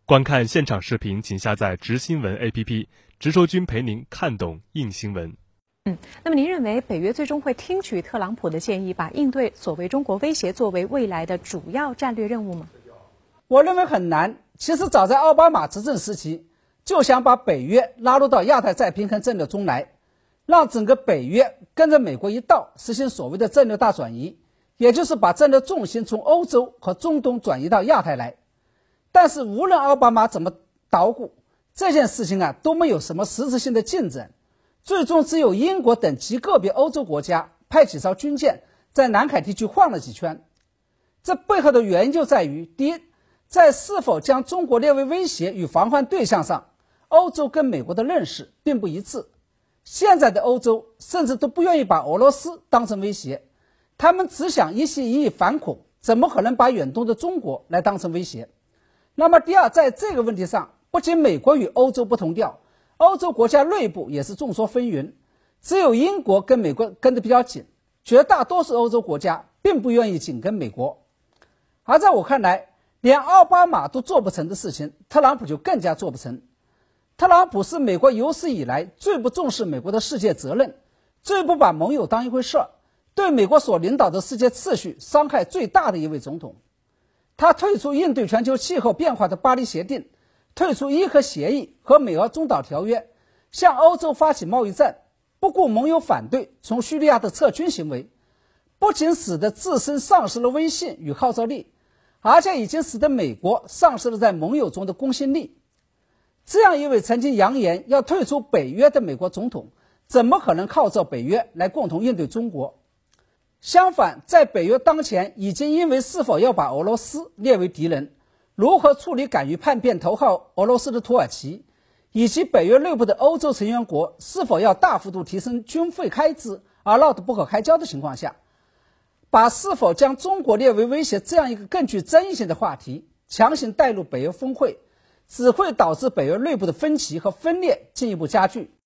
观看现场视频，请下载直新闻 APP， 直说君陪您看懂硬新闻。 那么您认为北约最终会听取特朗普的建议，把应对所谓中国威胁作为未来的主要战略任务吗？ 我认为很难。其实早在奥巴马执政时期，就想把北约拉入到亚太再平衡战略中来，让整个北约跟着美国一道实行所谓的战略大转移，也就是把战略重心从欧洲和中东转移到亚太来。但是无论奥巴马怎么捣鼓，这件事情都没有什么实质性的进展，最终只有英国等极个别欧洲国家派几艘军舰在南海地区晃了几圈。这背后的原因就在于，第一，在是否将中国列为威胁与防范对象上，欧洲跟美国的认识并不一致。现在的欧洲甚至都不愿意把俄罗斯当成威胁，他们只想一心一意反恐，怎么可能把远东的中国来当成威胁？那么第二，在这个问题上，不仅美国与欧洲不同调，欧洲国家内部也是众说纷纭，只有英国跟美国跟得比较紧，绝大多数欧洲国家并不愿意紧跟美国。而在我看来，连奥巴马都做不成的事情，特朗普就更加做不成。特朗普是美国有史以来最不重视美国的世界责任，最不把盟友当一回事，对美国所领导的世界秩序伤害最大的一位总统。他退出应对全球气候变化的巴黎协定，退出伊核协议和美俄中导条约，向欧洲发起贸易战，不顾盟友反对，从叙利亚的撤军行为，不仅使得自身丧失了威信与号召力，而且已经使得美国丧失了在盟友中的公信力。这样一位曾经扬言要退出北约的美国总统，怎么可能号召北约来共同应对中国？相反，在北约当前已经因为是否要把俄罗斯列为敌人，如何处理敢于叛变投靠俄罗斯的土耳其，以及北约内部的欧洲成员国是否要大幅度提升军费开支而闹得不可开交的情况下，把是否将中国列为威胁这样一个更具争议性的话题强行带入北约峰会，只会导致北约内部的分歧和分裂进一步加剧。